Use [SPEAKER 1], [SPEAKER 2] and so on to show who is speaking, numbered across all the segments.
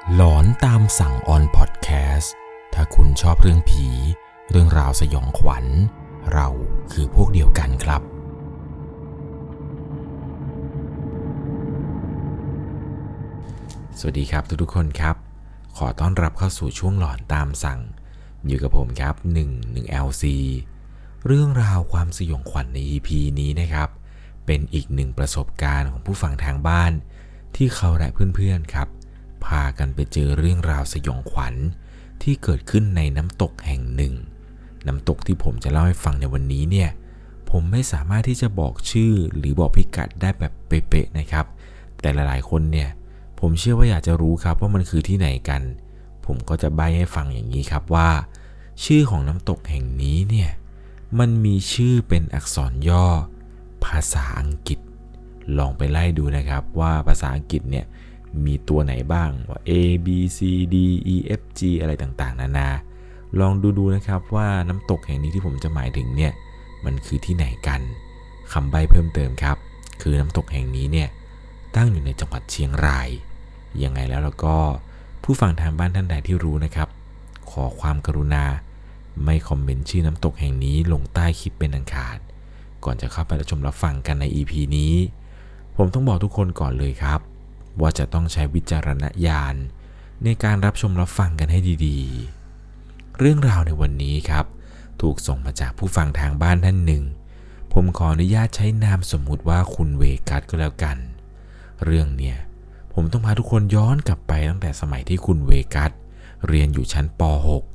[SPEAKER 1] หลอนตามสั่งออนพอดแคสต์ถ้าคุณชอบเรื่องผีเรื่องราวสยองขวัญเราคือพวกเดียวกันครับสวัสดีครับทุกคนครับขอต้อนรับเข้าสู่ช่วงหลอนตามสั่งอยู่กับผมครับ11LC เรื่องราวความสยองขวัญใน EP นี้นะครับเป็นอีกหนึ่งประสบการณ์ของผู้ฟังทางบ้านที่เขาและเพื่อนๆครับพากันไปเจอเรื่องราวสยองขวัญที่เกิดขึ้นในน้ำตกแห่งหนึ่งน้ำตกที่ผมจะเล่าให้ฟังในวันนี้เนี่ยผมไม่สามารถที่จะบอกชื่อหรือบอกพิกัดได้แบบเป๊ะๆนะครับแต่หลายๆคนเนี่ยผมเชื่อว่าอยากจะรู้ครับว่ามันคือที่ไหนกันผมก็จะใบ้ให้ฟังอย่างนี้ครับว่าชื่อของน้ำตกแห่งนี้เนี่ยมันมีชื่อเป็นอักษรย่อภาษาอังกฤษลองไปไล่ดูนะครับว่าภาษาอังกฤษเนี่ยมีตัวไหนบ้างว่า A B C D E F G อะไรต่างๆนานาลองดูนะครับว่าน้ำตกแห่งนี้ที่ผมจะหมายถึงเนี่ยมันคือที่ไหนกันคำใบ้เพิ่มเติมครับคือน้ำตกแห่งนี้เนี่ยตั้งอยู่ในจังหวัดเชียงรายยังไงแล้วก็ผู้ฟังทางบ้านท่านใดที่รู้นะครับขอความกรุณาไม่คอมเมนต์ชื่อน้ำตกแห่งนี้ลงใต้คลิปเป็นอันขาดก่อนจะเข้าไปรับชมรับฟังกันใน EP นี้ผมต้องบอกทุกคนก่อนเลยครับว่าจะต้องใช้วิจารณญาณในการรับชมรับฟังกันให้ดีๆเรื่องราวในวันนี้ครับถูกส่งมาจากผู้ฟังทางบ้านท่านหนึ่งผมขออนุญาตใช้นามสมมุติว่าคุณเวกัสก็แล้วกันเรื่องเนี่ยผมต้องพาทุกคนย้อนกลับไปตั้งแต่สมัยที่คุณเวกัสเรียนอยู่ชั้นป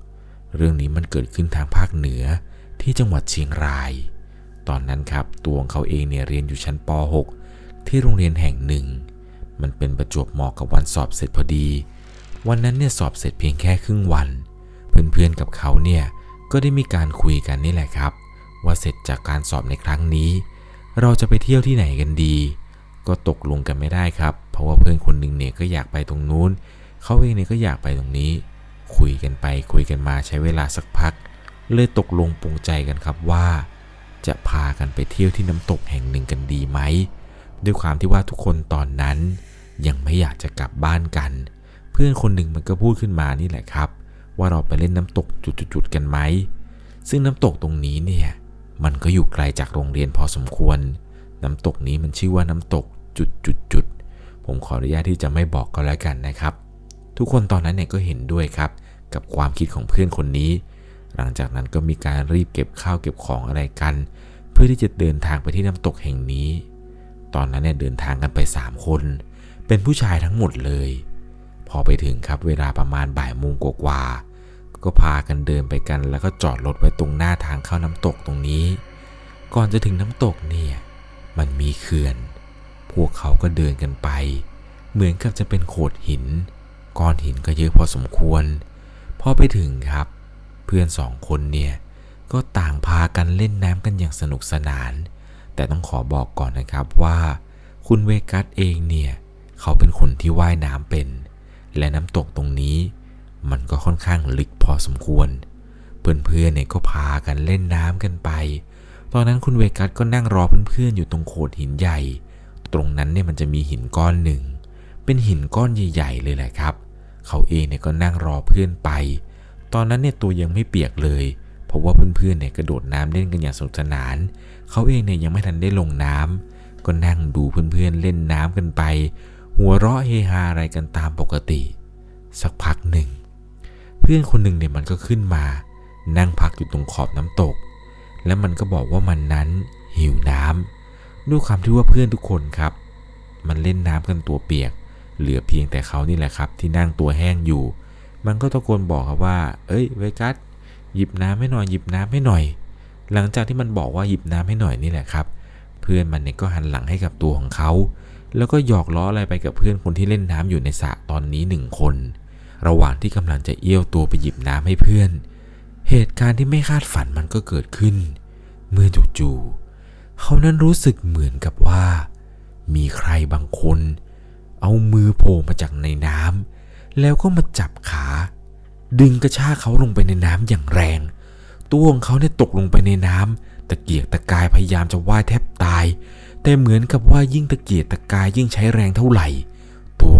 [SPEAKER 1] .6 เรื่องนี้มันเกิดขึ้นทางภาคเหนือที่จังหวัดเชียงรายตอนนั้นครับตัวของเขาเองเนี่ยเรียนอยู่ชั้นป .6 ที่โรงเรียนแห่งหนึ่งมันเป็นประจวบเหมาะกับวันสอบเสร็จพอดีวันนั้นเนี่ยสอบเสร็จเพียงแค่ครึ่งวันเพื่อนๆกับเขาเนี่ยก็ได้มีการคุยกันนี่แหละครับว่าเสร็จจากการสอบในครั้งนี้เราจะไปเที่ยวที่ไหนกันดีก็ตกลงกันไม่ได้ครับเพราะว่าเพื่อนคนหนึ่งเนี่ยก็อยากไปตรงนู้นเขาเองเนี่ยก็อยากไปตรงนี้คุยกันไปคุยกันมาใช้เวลาสักพักเลยตกลงปรงใจกันครับว่าจะพากันไปเที่ยวที่น้ำตกแห่งหนึ่งกันดีไหมด้วยความที่ว่าทุกคนตอนนั้นยังไม่อยากจะกลับบ้านกันเพื่อนคนหนึ่งมันก็พูดขึ้นมานี่แหละครับว่าเราไปเล่นน้ำตกจุดๆกันไหมซึ่งน้ำตกตรงนี้เนี่ยมันก็อยู่ไกลจากโรงเรียนพอสมควรน้ำตกนี้มันชื่อว่าน้ำตกจุดผมขออนุญาตที่จะไม่บอกก็แล้วกันนะครับทุกคนตอนนั้นเนี่ยก็เห็นด้วยครับกับความคิดของเพื่อนคนนี้หลังจากนั้นก็มีการรีบเก็บข้าวเก็บของอะไรกันเพื่อที่จะเดินทางไปที่น้ำตกแห่งนี้ตอนนั้นเนี่ยเดินทางกันไป3คนเป็นผู้ชายทั้งหมดเลยพอไปถึงครับเวลาประมาณบ่ายโมงกว่าก็พากันเดินไปกันแล้วก็จอดรถไว้ตรงหน้าทางเข้าน้ำตกตรงนี้ก่อนจะถึงน้ำตกเนี่ยมันมีเขื่อนพวกเขาก็เดินกันไปเหมือนกับจะเป็นโขดหินก้อนหินก็เยอะพอสมควรพอไปถึงครับเพื่อน2คนเนี่ยก็ต่างพากันเล่นน้ำกันอย่างสนุกสนานแต่ต้องขอบอกก่อนนะครับว่าคุณเวกัสเองเนี่ยเขาเป็นคนที่ว่ายน้ำเป็นและน้ำตกตรงนี้มันก็ค่อนข้างลึกพอสมควรเพื่อนๆเนี่ยก็พากันเล่นน้ำกันไปตอนนั้นคุณเวกัสก็นั่งรอเพื่อนๆอยู่ตรงโขดหินใหญ่ตรงนั้นเนี่ยมันจะมีหินก้อนหนึ่งเป็นหินก้อนใหญ่ๆเลยแหละครับเขาเองเนี่ยก็นั่งรอเพื่อนไปตอนนั้นเนี่ยตัวยังไม่เปียกเลยเพราะว่าเพื่อนๆเนี่ยกระโดดน้ำเล่นกันอย่างสนุกสนานเขาเองเนี่ยยังไม่ทันได้ลงน้ำก็นั่งดูเพื่อนๆเล่นน้ำกันไปหัวเราะเฮฮาอะไรกันตามปกติสักพักหนึ่งเพื่อนคนหนึ่งเนี่ยมันก็ขึ้นมานั่งพักอยู่ตรงขอบน้ำตกแล้วมันก็บอกว่ามันนั้นหิวน้ำด้วยความที่ว่าเพื่อนทุกคนครับมันเล่นน้ำกันตัวเปียกเหลือเพียงแต่เขานี่แหละครับที่นั่งตัวแห้งอยู่มันก็ตะโกนบอกครับว่าเอ้ยเวกัสหยิบน้ำให้หน่อยหยิบน้ำให้หน่อยหลังจากที่มันบอกว่าหยิบน้ำให้หน่อยนี่แหละครับเพื่อนมันเนี่ยก็หันหลังให้กับตัวของเขาแล้วก็หยอกล้ออะไรไปกับเพื่อนคนที่เล่นน้ำอยู่ในสระตอนนี้1คนระหว่างที่กำลังจะเอี้ยวตัวไปหยิบน้ำให้เพื่อนเหตุการณ์ที่ไม่คาดฝันมันก็เกิดขึ้นเมื่อจู่ๆเขานั้นรู้สึกเหมือนกับว่ามีใครบางคนเอามือโผล่มาจากในน้ำแล้วก็มาจับขาดึงกระชากเขาลงไปในน้ำอย่างแรงตัวของเขาเนี่ยตกลงไปในน้ำตะเกียกตะกายพยายามจะว่ายแทบตายแต่เหมือนกับว่ายิ่งตะเกียกตะกายยิ่งใช้แรงเท่าไหร่ตัวของ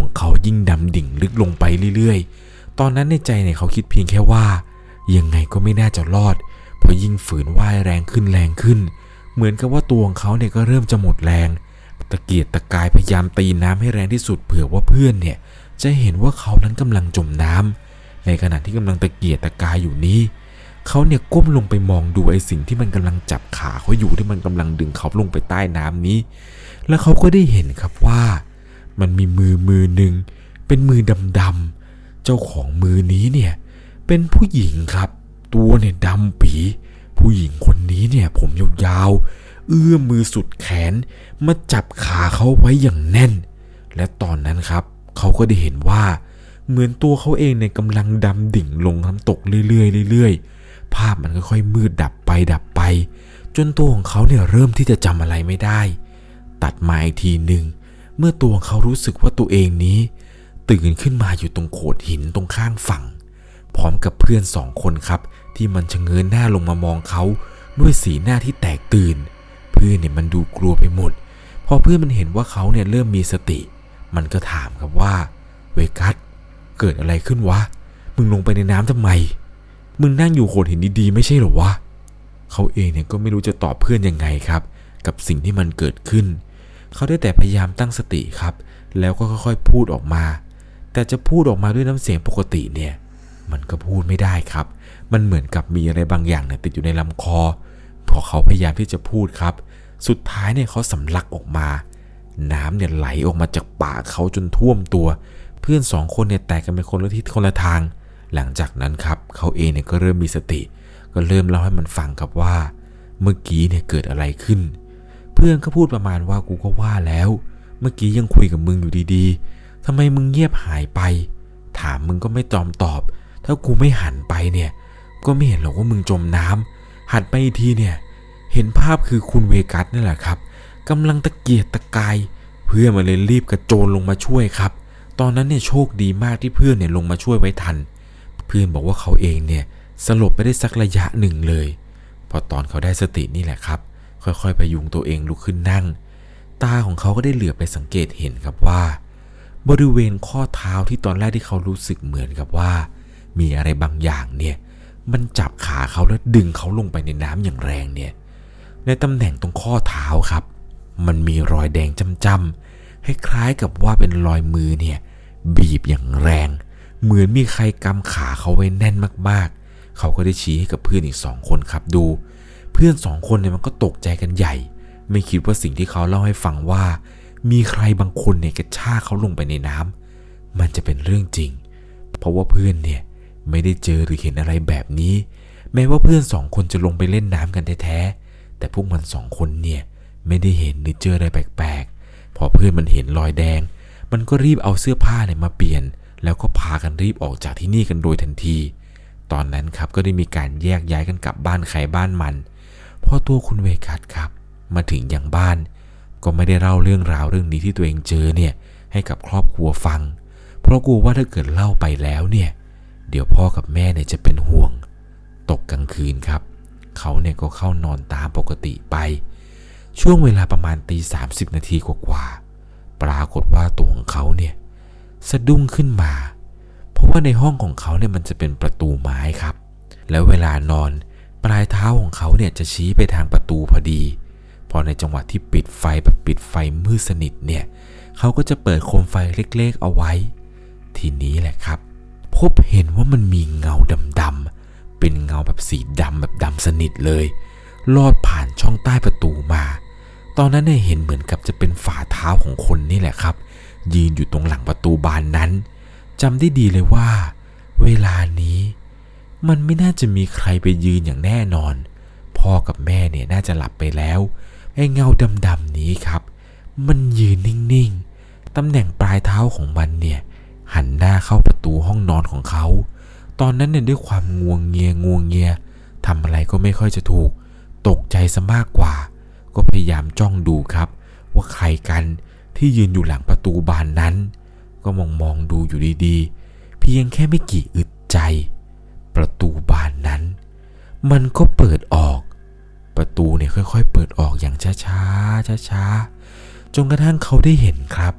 [SPEAKER 1] ของเขายิ่งดำดิ่งลึกลงไปเรื่อยๆตอนนั้นในใจเนี่ยเขาคิดเพียงแค่ว่ายังไงก็ไม่น่าจะรอดเพราะยิ่งฝืนว่ายแรงขึ้นเหมือนกับว่าตัวของเขาเนี่ยก็เริ่มจะหมดแรงตะเกียกตะกายพยายามตีน้ำให้แรงที่สุดเผื่อว่าเพื่อนเนี่ยจะเห็นว่าเขานั้นกำลังจมน้ำในขณะที่กำลังตะเกียกตะกายอยู่นี้เขาเนี่ยก้มลงไปมองดูไอ้สิ่งที่มันกำลังจับขาเขาอยู่ที่มันกำลังดึงเขาลงไปใต้น้ำนี้แล้วเขาก็ได้เห็นครับว่ามันมีมือหนึ่งเป็นมือดำๆเจ้าของมือนี้เนี่ยเป็นผู้หญิงครับตัวเนี่ยดำปีผู้หญิงคนนี้เนี่ยผมยาวๆเอื้อมมือสุดแขนมาจับขาเขาไว้อย่างแน่นและตอนนั้นครับเขาก็ได้เห็นว่าเหมือนตัวเขาเองเนี่ยกำลังดำดิ่งลงน้ำตกเรื่อยๆภาพมันค่อยๆมืดดับไปจนตัวของเขาเนี่ยเริ่มที่จะจำอะไรไม่ได้ตัดมาอีกทีหนึ่งเมื่อตัวของเขารู้สึกว่าตัวเองนี้ตื่นขึ้นมาอยู่ตรงโขดหินตรงข้างฝั่งพร้อมกับเพื่อน2 คนครับที่มันชะเง้อหน้าลงมามองเขาด้วยสีหน้าที่แตกตื่นเพื่อนเนี่ยมันดูกลัวไปหมดพอเพื่อนมันเห็นว่าเขาเนี่ยเริ่มมีสติมันก็ถามครับว่าเวกัสเกิดอะไรขึ้นวะมึงลงไปในน้ำทำไมมึงนั่งอยู่โขดหินดีๆไม่ใช่หรอวะเขาเองเนี่ยก็ไม่รู้จะตอบเพื่อนยังไงครับกับสิ่งที่มันเกิดขึ้นเขาได้แต่พยายามตั้งสติครับแล้วก็ค่อยๆพูดออกมาแต่จะพูดออกมาด้วยน้ำเสียงปกติเนี่ยมันก็พูดไม่ได้ครับมันเหมือนกับมีอะไรบางอย่างเนี่ยติดอยู่ในลำคอพอเขาพยายามที่จะพูดครับสุดท้ายเนี่ยเขาสำลักออกมาน้ำเนี่ยไหลออกมาจากปากเขาจนท่วมตัวเพื่อน2 คนเนี่ยแตกกันไปคนละทิศคนละทางหลังจากนั้นครับเขาเองเนี่ยก็เริ่มมีสติก็เริ่มเล่าให้มันฟังครับว่าเมื่อกี้เนี่ยเกิดอะไรขึ้นเพื่อนก็พูดประมาณว่ากูก็ว่าแล้วเมื่อกี้ยังคุยกับมึงอยู่ดีๆทำไมมึงเงียบหายไปถามมึงก็ไม่ตอบถ้ากูไม่หันไปเนี่ยก็ไม่เห็นหรอกว่ามึงจมน้ำหันไปอีกทีเนี่ยเห็นภาพคือคุณเวกัสนี่แหละครับกำลังตะเกียกตะกายเพื่อนมาเลยรีบกระโจนลงมาช่วยครับตอนนั้นเนี่ยโชคดีมากที่เพื่อนเนี่ยลงมาช่วยไว้ทันเพื่อนบอกว่าเขาเองเนี่ยสลบไปได้สักระยะหนึ่งเลยพอตอนเขาได้สตินี่แหละครับค่อยๆพยุงตัวเองลุกขึ้นนั่งตาของเขาก็ได้เหลือบไปสังเกตเห็นครับว่าบริเวณข้อเท้าที่ตอนแรกที่เขารู้สึกเหมือนกับว่ามีอะไรบางอย่างเนี่ยมันจับขาเขาแล้วดึงเขาลงไปในน้ำอย่างแรงเนี่ยในตำแหน่งตรงข้อเท้าครับมันมีรอยแดงจ้ำๆคล้ายๆกับว่าเป็นรอยมือเนี่ยบีบอย่างแรงเหมือนมีใครกำขาเขาไว้แน่นมากๆเขาก็ได้ชี้ให้กับเพื่อนอีก2 คนครับดูเพื่อน2 คนเนี่ยมันก็ตกใจกันใหญ่ไม่คิดว่าสิ่งที่เขาเล่าให้ฟังว่ามีใครบางคนเนี่ยกระชากเขาลงไปในน้ำมันจะเป็นเรื่องจริงเพราะว่าเพื่อนเนี่ยไม่ได้เจอหรือเห็นอะไรแบบนี้แม้ว่าเพื่อน2 คนจะลงไปเล่นน้ำกันแท้ๆแต่พวกมัน2 คนเนี่ยไม่ได้เห็นหรือเจออะไรแปลกๆพอเพื่อนมันเห็นรอยแดงมันก็รีบเอาเสื้อผ้าเนี่ยมาเปลี่ยนแล้วก็พากันรีบออกจากที่นี่กันโดยทันทีตอนนั้นครับก็ได้มีการแยกย้ายกันกลับบ้านใครบ้านมันพอตัวคุณเวกัสครับมาถึงยังบ้านก็ไม่ได้เล่าเรื่องราวเรื่องนี้ที่ตัวเองเจอเนี่ยให้กับครอบครัวฟังเพราะกลัวว่าถ้าเกิดเล่าไปแล้วเนี่ยเดี๋ยวพ่อกับแม่เนี่ยจะเป็นห่วงตกกลางคืนครับเขาเนี่ยก็เข้านอนตามปกติไปช่วงเวลาประมาณ30 นาทีกว่าปรากฏว่าตัวของเขาเนี่ยสะดุ้งขึ้นมาเพราะว่าในห้องของเขาเนี่ยมันจะเป็นประตูไม้ครับแล้วเวลานอนปลายเท้าของเขาเนี่ยจะชี้ไปทางประตูพอดีพอในจังหวะที่ปิดไฟแบบปิดไฟมืดสนิทเนี่ยเขาก็จะเปิดโคมไฟเล็กๆเอาไว้ทีนี้แหละครับพบเห็นว่ามันมีเงาดำๆเป็นเงาแบบสีดำแบบดำสนิทเลยลอดผ่านช่องใต้ประตูมาตอนนั้นเนี่ยเห็นเหมือนกับจะเป็นฝ่าเท้าของคนนี่แหละครับยืนอยู่ตรงหลังประตูบานนั้นจำได้ดีเลยว่าเวลานี้มันไม่น่าจะมีใครไปยืนอย่างแน่นอนพ่อกับแม่เนี่ยน่าจะหลับไปแล้วไอ้เงาดำๆนี้ครับมันยืนนิ่งๆตำแหน่งปลายเท้าของมันเนี่ยหันหน้าเข้าประตูห้องนอนของเขาตอนนั้นเนี่ยด้วยความงวงเงียทำอะไรก็ไม่ค่อยจะถูกตกใจซะมากกว่าก็พยายามจ้องดูครับว่าใครกันที่ยืนอยู่หลังประตูบานนั้นก็มองดูอยู่ดีๆเพียงแค่ไม่กี่อึดใจประตูบานนั้นมันก็เปิดออกประตูเนี่ยค่อยๆเปิดออกอย่างช้าๆจนกระทั่งเขาได้เห็นครับ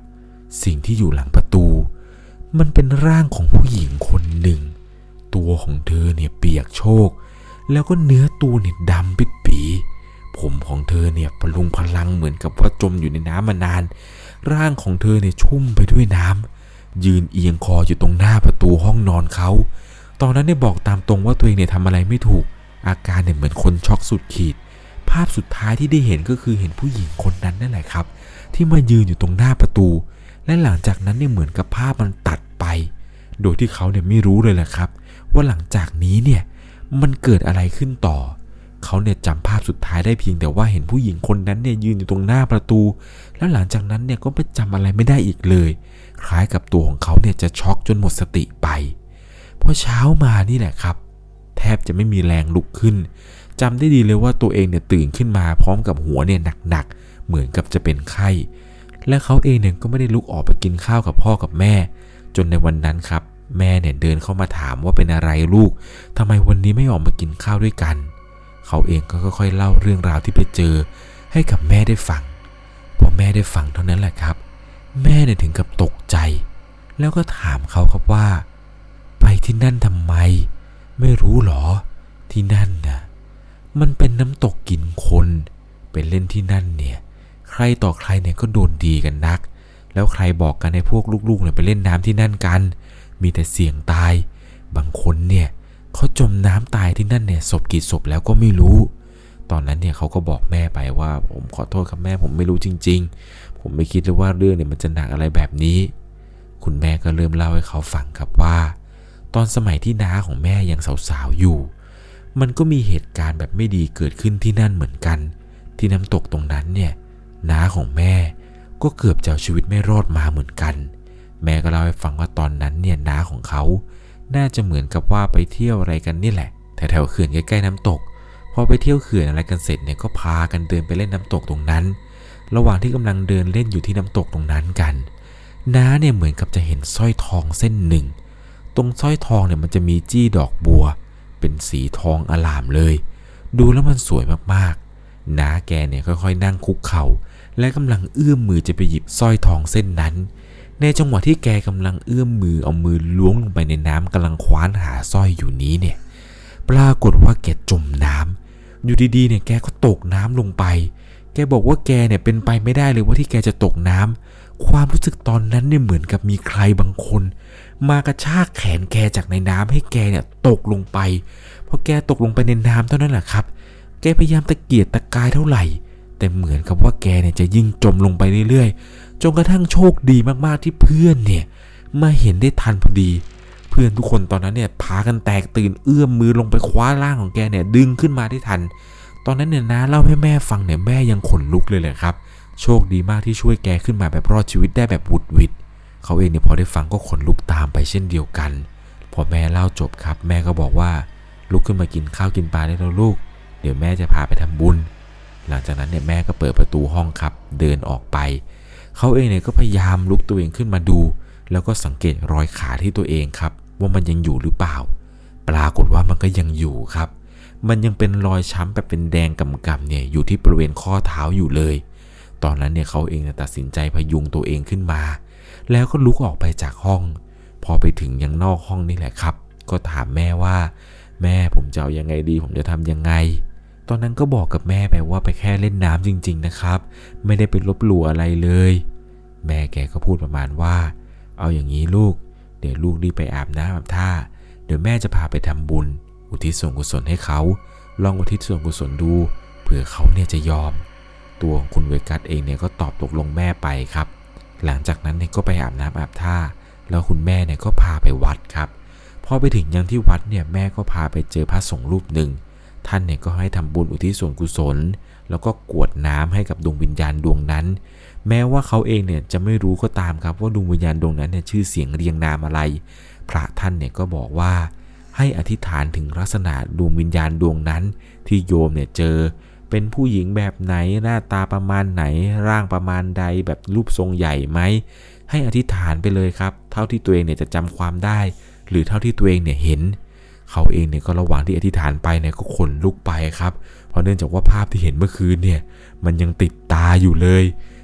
[SPEAKER 1] สิ่งที่อยู่หลังประตูมันเป็นร่างของผู้หญิงคนหนึ่งตัวของเธอเนี่ยเปียกโชกแล้วก็เนื้อตัวเนี่ยดำปิดปีผมของเธอเนี่ยพลุงพลังเหมือนกับว่าจมอยู่ในน้ำมานานร่างของเธอเนี่ยชุ่มไปด้วยน้ำยืนเอียงคออยู่ตรงหน้าประตูห้องนอนเขาตอนนั้นเนี่ยบอกตามตรงว่าตัวเองเนี่ยทำอะไรไม่ถูกอาการเนี่ยเหมือนคนช็อกสุดขีดภาพสุดท้ายที่ได้เห็นก็คือเห็นผู้หญิงคนนั้นนั่นแหละครับที่มายืนอยู่ตรงหน้าประตูและหลังจากนั้นเนี่ยเหมือนกับภาพมันตัดไปโดยที่เขาเนี่ยไม่รู้เลยแหละครับว่าหลังจากนี้เนี่ยมันเกิดอะไรขึ้นต่อเขาเนี่ยจำภาพสุดท้ายได้เพียงแต่ว่าเห็นผู้หญิงคนนั้นเนี่ยยืนอยู่ตรงหน้าประตูแล้วหลังจากนั้นเนี่ยก็ไม่จำอะไรไม่ได้อีกเลยคล้ายกับตัวของเขาเนี่ยจะช็อกจนหมดสติไปพอเช้ามานี่แหละครับแทบจะไม่มีแรงลุกขึ้นจำได้ดีเลยว่าตัวเองเนี่ยตื่นขึ้นมาพร้อมกับหัวเนี่ยหนักๆเหมือนกับจะเป็นไข้และเขาเองเนี่ยก็ไม่ได้ลุกออกไปกินข้าวกับพ่อกับแม่จนในวันนั้นครับแม่เนี่ยเดินเข้ามาถามว่าเป็นอะไรลูกทำไมวันนี้ไม่ออกมากินข้าวด้วยกันเขาเองก็ค่อยๆเล่าเรื่องราวที่ไปเจอให้กับแม่ได้ฟังพอแม่ได้ฟังเท่านั้นแหละครับแม่เนี่ยถึงกับตกใจแล้วก็ถามเขาครับว่าไปที่นั่นทำไมไม่รู้หรอที่นั่นนะมันเป็นน้ำตกกินคนไปเล่นที่นั่นเนี่ยใครต่อใครเนี่ยก็โดนดีกันนักแล้วใครบอกกันให้พวกลูกๆเนี่ยไปเล่นน้ำที่นั่นกันมีแต่เสี่ยงตายบางคนเนี่ยเขาจมน้ำตายที่นั่นเนี่ยศพกี่ศพแล้วก็ไม่รู้ตอนนั้นเนี่ยเขาก็บอกแม่ไปว่าผมขอโทษครับแม่ผมไม่รู้จริงๆผมไม่คิดเลยว่าเรื่องเนี่ยมันจะหนักอะไรแบบนี้คุณแม่ก็เริ่มเล่าให้เขาฟังครับว่าตอนสมัยที่น้าของแม่ยังสาวๆอยู่มันก็มีเหตุการณ์แบบไม่ดีเกิดขึ้นที่นั่นเหมือนกันที่น้ำตกตรงนั้นเนี่ยน้าของแม่ก็เกือบจะเอาชีวิตไม่รอดมาเหมือนกันแม่ก็เล่าให้ฟังว่าตอนนั้นเนี่ยน้าของเขาน่าจะเหมือนกับว่าไปเที่ยวอะไรกันนี่แหละแถวๆเขื่อนใกล้ๆน้ำตกพอไปเที่ยวเขื่อนอะไรกันเสร็จเนี่ยก็พากันเดินไปเล่นน้ำตกตรงนั้นระหว่างที่กำลังเดินเล่นอยู่ที่น้ำตกตรงนั้นกันน้าเนี่ยเหมือนกับจะเห็นสร้อยทองเส้นหนึ่งตรงสร้อยทองเนี่ยมันจะมีจี้ดอกบัวเป็นสีทองอลามเลยดูแล้วมันสวยมากๆน้าแกเนี่ยค่อยๆนั่งคุกเข่าและกำลังเอื้อมมือจะไปหยิบสร้อยทองเส้นนั้นในจังหวะที่แกกำลังเอื้อมมือเอามือล้วงลงไปในน้ำกำลังคว้านหาสร้อยอยู่นี้เนี่ยปรากฏว่าแกจมน้ำอยู่ดีๆเนี่ยแกก็ตกน้ำลงไปแกบอกว่าแกเนี่ยเป็นไปไม่ได้เลยว่าที่แกจะตกน้ำความรู้สึกตอนนั้นเนี่ยเหมือนกับมีใครบางคนมากระชากแขนแกจากในน้ำให้แกเนี่ยตกลงไปพอแกตกลงไปในน้ำเท่านั้นแหละครับแกพยายามตะเกียกตะกายเท่าไหร่แต่เหมือนกับว่าแกเนี่ยจะยิ่งจมลงไปเรื่อยๆจนกระทั่งโชคดีมากๆที่เพื่อนเนี่ยมาเห็นได้ทันพอดีเพื่อนทุกคนตอนนั้นเนี่ยพากันแตกตื่นเอื้อมมือลงไปคว้าร่างของแกเนี่ยดึงขึ้นมาได้ทันตอนนั้นเนี่ยน้าเล่าให้แม่ฟังเนี่ยแม่ยังขนลุกเลยแหละครับโชคดีมากที่ช่วยแกขึ้นมาแบบรอดชีวิตได้แบบวุดวิดเขาเองเนี่ยพอได้ฟังก็ขนลุกตามไปเช่นเดียวกันพอแม่เล่าจบครับแม่ก็บอกว่าลุกขึ้นมากินข้าวกินปลาได้แล้วลูกเดี๋ยวแม่จะพาไปทำบุญหลังจากนั้นเนี่ยแม่ก็เปิดประตูห้องครับเดินออกไปเขาเองเนี่ยก็พยายามลุกตัวเองขึ้นมาดูแล้วก็สังเกตรอยขาที่ตัวเองครับว่ามันยังอยู่หรือเปล่าปรากฏว่ามันก็ยังอยู่ครับมันยังเป็นรอยช้ำแบบเป็นแดงกำๆเนี่ยอยู่ที่บริเวณข้อเท้าอยู่เลยตอนนั้นเนี่ยเขาเองตัดสินใจพยุงตัวเองขึ้นมาแล้วก็ลุกออกไปจากห้องพอไปถึงยังนอกห้องนี่แหละครับก็ถามแม่ว่าแม่ผมจะเอายังไงดีผมจะทำยังไงตอนนั้นก็บอกกับแม่ไปว่าไปแค่เล่นน้ำจริงๆนะครับไม่ได้ไปลบหลู่อะไรเลยแม่แกก็พูดประมาณว่าเอาอย่างนี้ลูกเดี๋ยวลูกรีบไปอาบน้ำอาบท่าเดี๋ยวแม่จะพาไปทำบุญอุทิศส่วนกุศลให้เขาลองอุทิศส่วนกุศลดูเผื่อเขาเนี่ยจะยอมตัวของคุณเวกัสเองเนี่ยก็ตอบตกลงแม่ไปครับหลังจากนั้นเนี่ยก็ไปอาบน้ำอาบท่าแล้วคุณแม่เนี่ยก็พาไปวัดครับพอไปถึงยังที่วัดเนี่ยแม่ก็พาไปเจอพระสงฆ์รูปหนึ่งท่านเนี่ยก็ให้ทำบุญอุทิศส่วนกุศลแล้วก็กรวดน้ำให้กับดวงวิญญาณดวงนั้นแม้ว่าเขาเองเนี่ยจะไม่รู้ก็ตามครับว่าดวงวิญญาณดวงนั้นเนี่ยชื่อเสียงเรียงนามอะไรพระท่านเนี่ยก็บอกว่าให้อธิษฐานถึงลักษณะดวงวิญญาณดวงนั้นที่โยมเนี่ยเจอเป็นผู้หญิงแบบไหนหน้าตาประมาณไหนร่างประมาณใดแบบรูปทรงใหญ่ไหมให้อธิษฐานไปเลยครับเท่าที่ตัวเองเนี่ยจะจำความได้หรือเท่าที่ตัวเองเนี่ยเห็นเขาเองเนี่ยก็ระหว่างที่อธิษฐานไปเนี่ยก็ขนลุกไปครับเพราะเนื่องจากว่าภาพที่เห็นเมื่อคืนเนี่ยมันยังติดตาอยู่เลย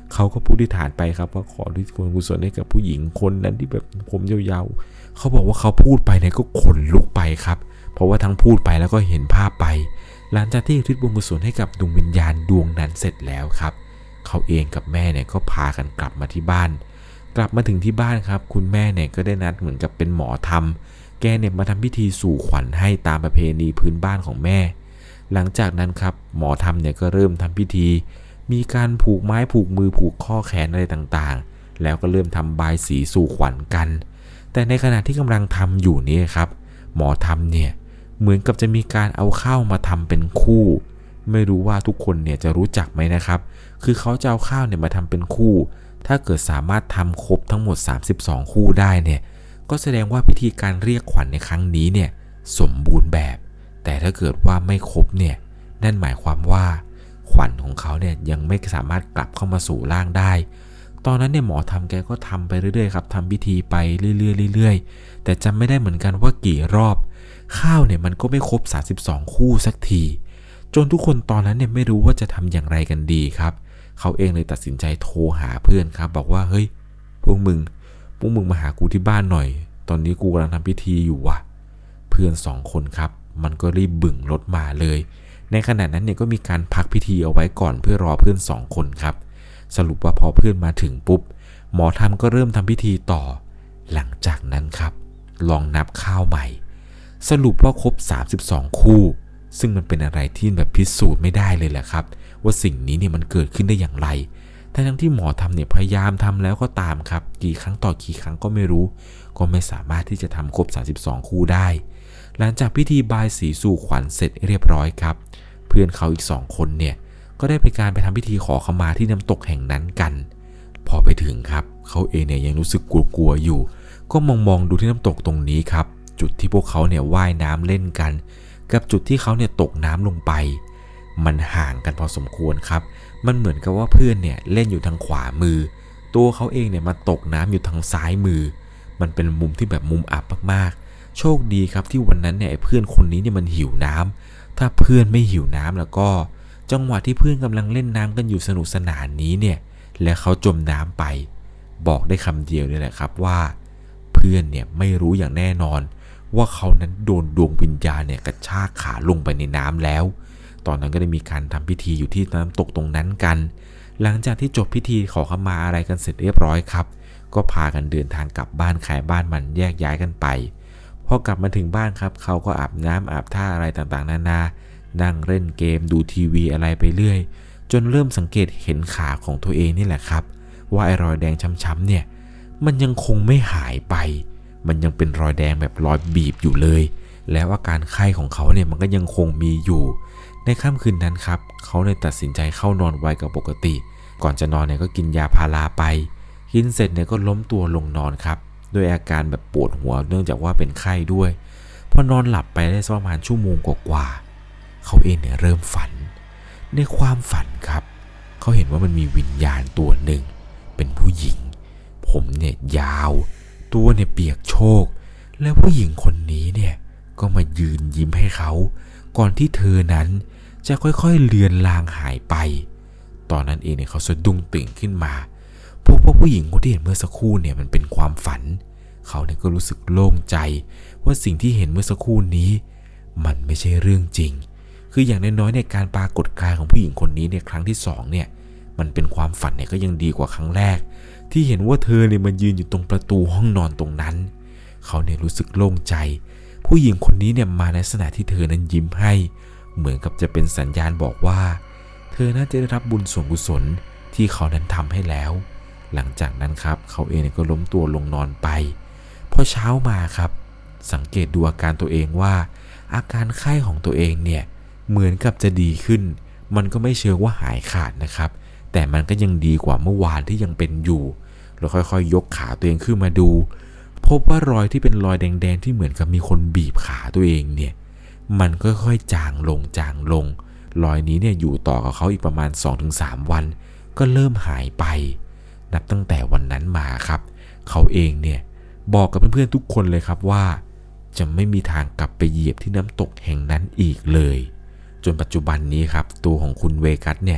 [SPEAKER 1] เขาก็พูดอธิษฐานไปครับว่าขอที่ส่วนกุศลให้กับผู้หญิงคนนั้นที่แบบผมยาวๆเขาบอกว่าเขาพูดไปเนี่ยก็ขนลุกไปครับเพราะว่าทั้งพูดไปแล้วก็เห็นภาพไปหลังจากที่อุทิศบุญกุศลให้กับดวงวิญญาณดวงนั้นเสร็จแล้วครับเขาเองกับแม่เนี่ยก็พากันกลับมาที่บ้านกลับมาถึงที่บ้านครับคุณแม่เนี่ยก็ได้นัดเหมือนกับเป็นหมอธรรมแกเนี่ยมาทำพิธีสู่ขวัญให้ตามประเพณีพื้นบ้านของแม่หลังจากนั้นครับหมอธรรมเนี่ยก็เริ่มทำพิธีมีการผูกไม้ผูกมือผูกข้อแขนอะไรต่างๆแล้วก็เริ่มทำบายสีสู่ขวัญกันแต่ในขณะที่กำลังทำอยู่นี่ครับหมอธรรมเนี่ยเหมือนกับจะมีการเอาข้าวมาทำเป็นคู่ไม่รู้ว่าทุกคนเนี่ยจะรู้จักไหมนะครับคือเขาจะเอาข้าวเนี่ยมาทำเป็นคู่ถ้าเกิดสามารถทำครบทั้งหมด32คู่ได้เนี่ยก็แสดงว่าพิธีการเรียกขวัญในครั้งนี้เนี่ยสมบูรณ์แบบแต่ถ้าเกิดว่าไม่ครบเนี่ยนั่นหมายความว่าขวัญของเขาเนี่ยยังไม่สามารถกลับเข้ามาสู่ร่างได้ตอนนั้นเนี่ยหมอทำแกก็ทำไปเรื่อยๆครับทำพิธีไปเรื่อยๆแต่จำไม่ได้เหมือนกันว่ากี่รอบข้าวเนี่ยมันก็ไม่ครบ32คู่สักทีจนทุกคนตอนนั้นเนี่ยไม่รู้ว่าจะทำอย่างไรกันดีครับเขาเองเลยตัดสินใจโทรหาเพื่อนครับบอกว่าเฮ้ยพวกมึงมาหากูที่บ้านหน่อยตอนนี้กูกำลังทำพิธีอยู่ว่ะเพื่อน2คนครับมันก็รีบบึ่งรถมาเลยในขณะนั้นเนี่ยก็มีการพักพิธีเอาไว้ก่อนเพื่อรอเพื่อน2คนครับสรุปว่าพอเพื่อนมาถึงปุ๊บหมอธรรมก็เริ่มทำพิธีต่อหลังจากนั้นครับลองนับข้าวใหม่สรุปว่าครบ32คู่ซึ่งมันเป็นอะไรที่แบบพิสูจน์ไม่ได้เลยแหละครับว่าสิ่งนี้เนี่ยมันเกิดขึ้นได้อย่างไรทั้งที่หมอทำเนี่ยพยายามทำแล้วก็ตามครับกี่ครั้งต่อกี่ครั้งก็ไม่รู้ก็ไม่สามารถที่จะทำครบ32คู่ได้หลังจากพิธีบายสีสู่ขวัญเสร็จเรียบร้อยครับเพื่อนเขาอีก2คนเนี่ยก็ได้ไปทำพิธีขอขมาที่น้ำตกแห่งนั้นกันพอไปถึงครับเขาเองเนี่ยยังรู้สึกกลัวอยู่ก็มองดูที่น้ำตกตรงนี้ครับจุดที่พวกเขาเนี่ยว่ายน้ำเล่นกันกับจุดที่เขาเนี่ยตกน้ำลงไปมันห่างกันพอสมควรครับมันเหมือนกับว่าเพื่อนเนี่ยเล่นอยู่ทางขวามือตัวเขาเองเนี่ยมาตกน้ำอยู่ทางซ้ายมือมันเป็นมุมที่แบบมุมอับมากๆโชคดีครับที่วันนั้นเนี่ยเพื่อนคนนี้เนี่ยมันหิวน้ำถ้าเพื่อนไม่หิวน้ำแล้วก็จังหวะที่เพื่อนกำลังเล่นน้ำกันอยู่สนุกสนานนี้เนี่ยและเขาจมน้ำไปบอกได้คำเดียวเลยแหละครับว่าเพื่อนเนี่ยไม่รู้อย่างแน่นอนว่าเขานั้นโดนดวงวิญญาณเนี่ยกระชากขาลงไปในน้ำแล้วตอนนั้นก็ได้มีการทำพิธีอยู่ที่น้ำตกตรงนั้นกันหลังจากที่จบพิธีขอขมาอะไรกันเสร็จเรียบร้อยครับก็พากันเดินทางกลับบ้านขายบ้านมันแยกย้ายกันไปพอกลับมาถึงบ้านครับเขาก็อาบน้ำอาบท่าอะไรต่างๆนานานั่งเล่นเกมดูทีวีอะไรไปเรื่อยจนเริ่มสังเกตเห็นขาของตัวเองนี่แหละครับว่าไอ้รอยแดงช้ำๆเนี่ยมันยังคงไม่หายไปมันยังเป็นรอยแดงแบบรอยบีบอยู่เลยแล้วอาการไข้ของเขาเนี่ยมันก็ยังคงมีอยู่ในค่ำคืนนั้นครับเขาเลยตัดสินใจเข้านอนไวกว่าปกติก่อนจะนอนเนี่ยก็กินยาพาราไปกินเสร็จเนี่ยก็ล้มตัวลงนอนครับด้วยอาการแบบปวดหัวเนื่องจากว่าเป็นไข้ด้วยพอนอนหลับไปได้ประมาณชั่วโมงกว่าๆเขาเองเนี่ยเริ่มฝันในความฝันครับเขาเห็นว่ามันมีวิญญาณตัวหนึ่งเป็นผู้หญิงผมเนี่ยยาวตัวเนี่ยเปียกโชกแล้วผู้หญิงคนนี้เนี่ยก็มายืนยิ้มให้เขาก่อนที่เธอนั้นจะค่อยๆเลือนลางหายไปตอนนั้นเองเนี่ยเขาสะดุ้งตื่นขึ้นมาพบว่าผู้หญิงคนที่เห็นเมื่อสักครู่เนี่ยมันเป็นความฝันเขาเนี่ยก็รู้สึกโล่งใจว่าสิ่งที่เห็นเมื่อสักครู่นี้มันไม่ใช่เรื่องจริงคืออย่างน้อยๆในการปรากฏกายของผู้หญิงคนนี้เนี่ยครั้งที่2เนี่ยมันเป็นความฝันเนี่ยก็ยังดีกว่าครั้งแรกที่เห็นว่าเธอเนี่ยมายืนอยู่ตรงประตูห้องนอนตรงนั้นเขาเนี่ยรู้สึกโล่งใจผู้หญิงคนนี้เนี่ยมาในลักษณะที่เธอนั้นยิ้มให้เหมือนกับจะเป็นสัญญาณบอกว่าเธอน่าจะได้รับบุญส่วนกุศลที่เขานั้นทำให้แล้วหลังจากนั้นครับเขาเองก็ล้มตัวลงนอนไปพอเช้ามาครับสังเกตดูอาการตัวเองว่าอาการไข้ของตัวเองเนี่ยเหมือนกับจะดีขึ้นมันก็ไม่เชิงว่าหายขาดนะครับแต่มันก็ยังดีกว่าเมื่อวานที่ยังเป็นอยู่แล้วค่อยๆยกขาตัวเองขึ้นมาดูพบว่ารอยที่เป็นรอยแดงๆที่เหมือนกับมีคนบีบขาตัวเองเนี่ยมันค่อยๆจางลงรอยนี้เนี่ยอยู่ต่อกับเขาอีกประมาณ 2-3 วันก็เริ่มหายไปนับตั้งแต่วันนั้นมาครับเขาเองเนี่ยบอกกับเพื่อนๆทุกคนเลยครับว่าจะไม่มีทางกลับไปเหยียบที่น้ำตกแห่งนั้นอีกเลยจนปัจจุบันนี้ครับตัวของคุณเวกัสเนี่ย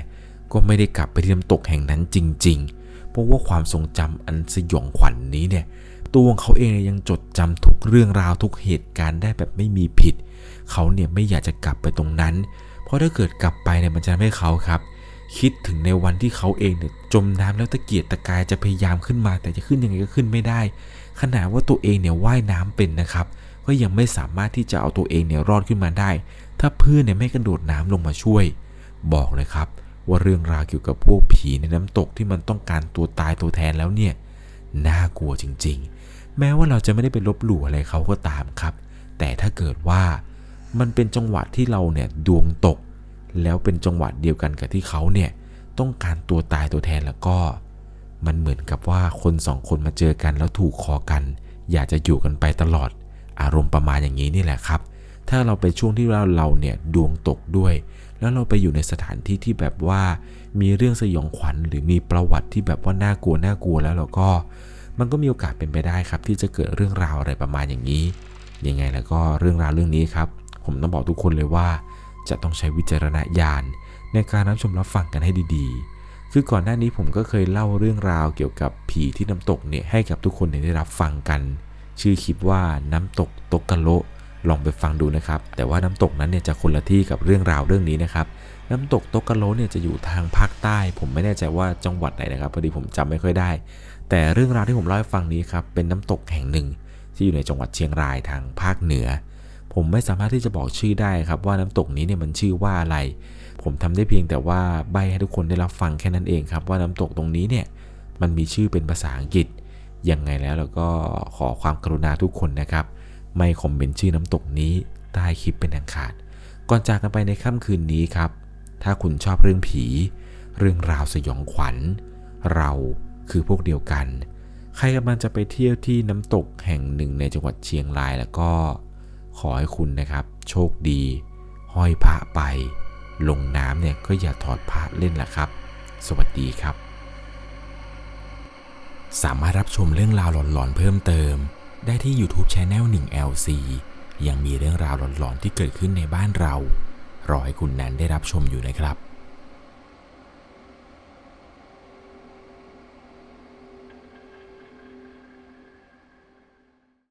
[SPEAKER 1] ก็ไม่ได้กลับไปที่น้ำตกแห่งนั้นจริงๆเพราะว่าความทรงจำอันสยองขวัญนี้เนี่ยตัวของเขาเองยังจดจำทุกเรื่องราวทุกเหตุการณ์ได้แบบไม่มีผิดเขาเนี่ยไม่อยากจะกลับไปตรงนั้นเพราะถ้าเกิดกลับไปเนี่ยมันจะทำให้เขาครับคิดถึงในวันที่เขาเองเนี่ยจมน้ำแล้วตะเกียกตะกายจะพยายามขึ้นมาแต่จะขึ้นยังไงก็ขึ้นไม่ได้ขนาดว่าตัวเองเนี่ยว่ายน้ำเป็นนะครับก็ยังไม่สามารถที่จะเอาตัวเองเนี่ยรอดขึ้นมาได้ถ้าเพื่อนเนี่ยไม่กระโดดน้ำลงมาช่วยบอกเลยครับว่าเรื่องราวเกี่ยวกับพวกผีในน้ำตกที่มันต้องการตัวตายตัวแทนแล้วเนี่ยน่ากลัวจริงๆแม้ว่าเราจะไม่ได้ไปลบหลู่อะไรเขาก็ตามครับแต่ถ้าเกิดว่ามันเป็นจังหวะที่เราเนี่ยดวงตกแล้วเป็นจังหวะเดียวกันกับที่เขาเนี่ยต้องการตัวตายตัวแทนแล้วก็มันเหมือนกับว่าคนสองคนมาเจอกันแล้วถูกคอกันอยากจะอยู่กันไปตลอดอารมณ์ประมาณอย่างนี้นี่แหละครับถ้าเราไปช่วงที่เราเนี่ยดวงตกด้วยแล้วเราไปอยู่ในสถานที่ที่แบบว่ามีเรื่องสยองขวัญหรือมีประวัติที่แบบว่าน่ากลัวแล้วเราก็มันก็มีโอกาสเป็นไปได้ครับที่จะเกิดเรื่องราวอะไรประมาณอย่างนี้ยังไงแล้วก็เรื่องราวเรื่องนี้ครับผมต้องบอกทุกคนเลยว่าจะต้องใช้วิจารณญาณในการรับชมรับฟังกันให้ดีๆคือก่อนหน้านี้ผมก็เคยเล่าเรื่องราวเกี่ยวกับผีที่น้ำตกเนี่ยให้กับทุกคนได้รับฟังกันชื่อคลิปว่าน้ำตกโตกะโลลองไปฟังดูนะครับแต่ว่าน้ำตกนั้นเนี่ยจะคนละที่กับเรื่องราวเรื่องนี้นะครับน้ำตกโตกะโลเนี่ยจะอยู่ทางภาคใต้ผมไม่แน่ใจว่าจังหวัดไหนนะครับพอดีผมจำไม่ค่อยได้แต่เรื่องราวที่ผมเล่าให้ฟังนี้ครับเป็นน้ำตกแห่งหนึ่งที่อยู่ในจังหวัดเชียงรายทางภาคเหนือผมไม่สามารถที่จะบอกชื่อได้ครับว่าน้ำตกนี้เนี่ยมันชื่อว่าอะไรผมทำได้เพียงแต่ว่าใบให้ทุกคนได้รับฟังแค่นั้นเองครับว่าน้ำตกตรงนี้เนี่ยมันมีชื่อเป็นภาษาอังกฤษยังไงแล้วเราก็ขอความกรุณาทุกคนนะครับไม่คอมเมนต์ชื่อน้ำตกนี้ใต้คลิปเป็นอันขาดก่อนจากกันไปในค่ำคืนนี้ครับถ้าคุณชอบเรื่องผีเรื่องราวสยองขวัญเราคือพวกเดียวกันใครกำลังจะไปเที่ยวที่น้ำตกแห่งหนึ่งในจังหวัดเชียงรายแล้วก็ขอให้คุณนะครับโชคดีห้อยพระไปลงน้ำเนี่ยก็อย่าถอดพระเล่นล่ะครับสวัสดีครับสามารถรับชมเรื่องราวหลอนๆเพิ่มเติมได้ที่ YouTube Channel 1LC ยังมีเรื่องราวหลอนๆที่เกิดขึ้นในบ้านเรารอให้คุณนั้นได้รับชมอยู่นะครับ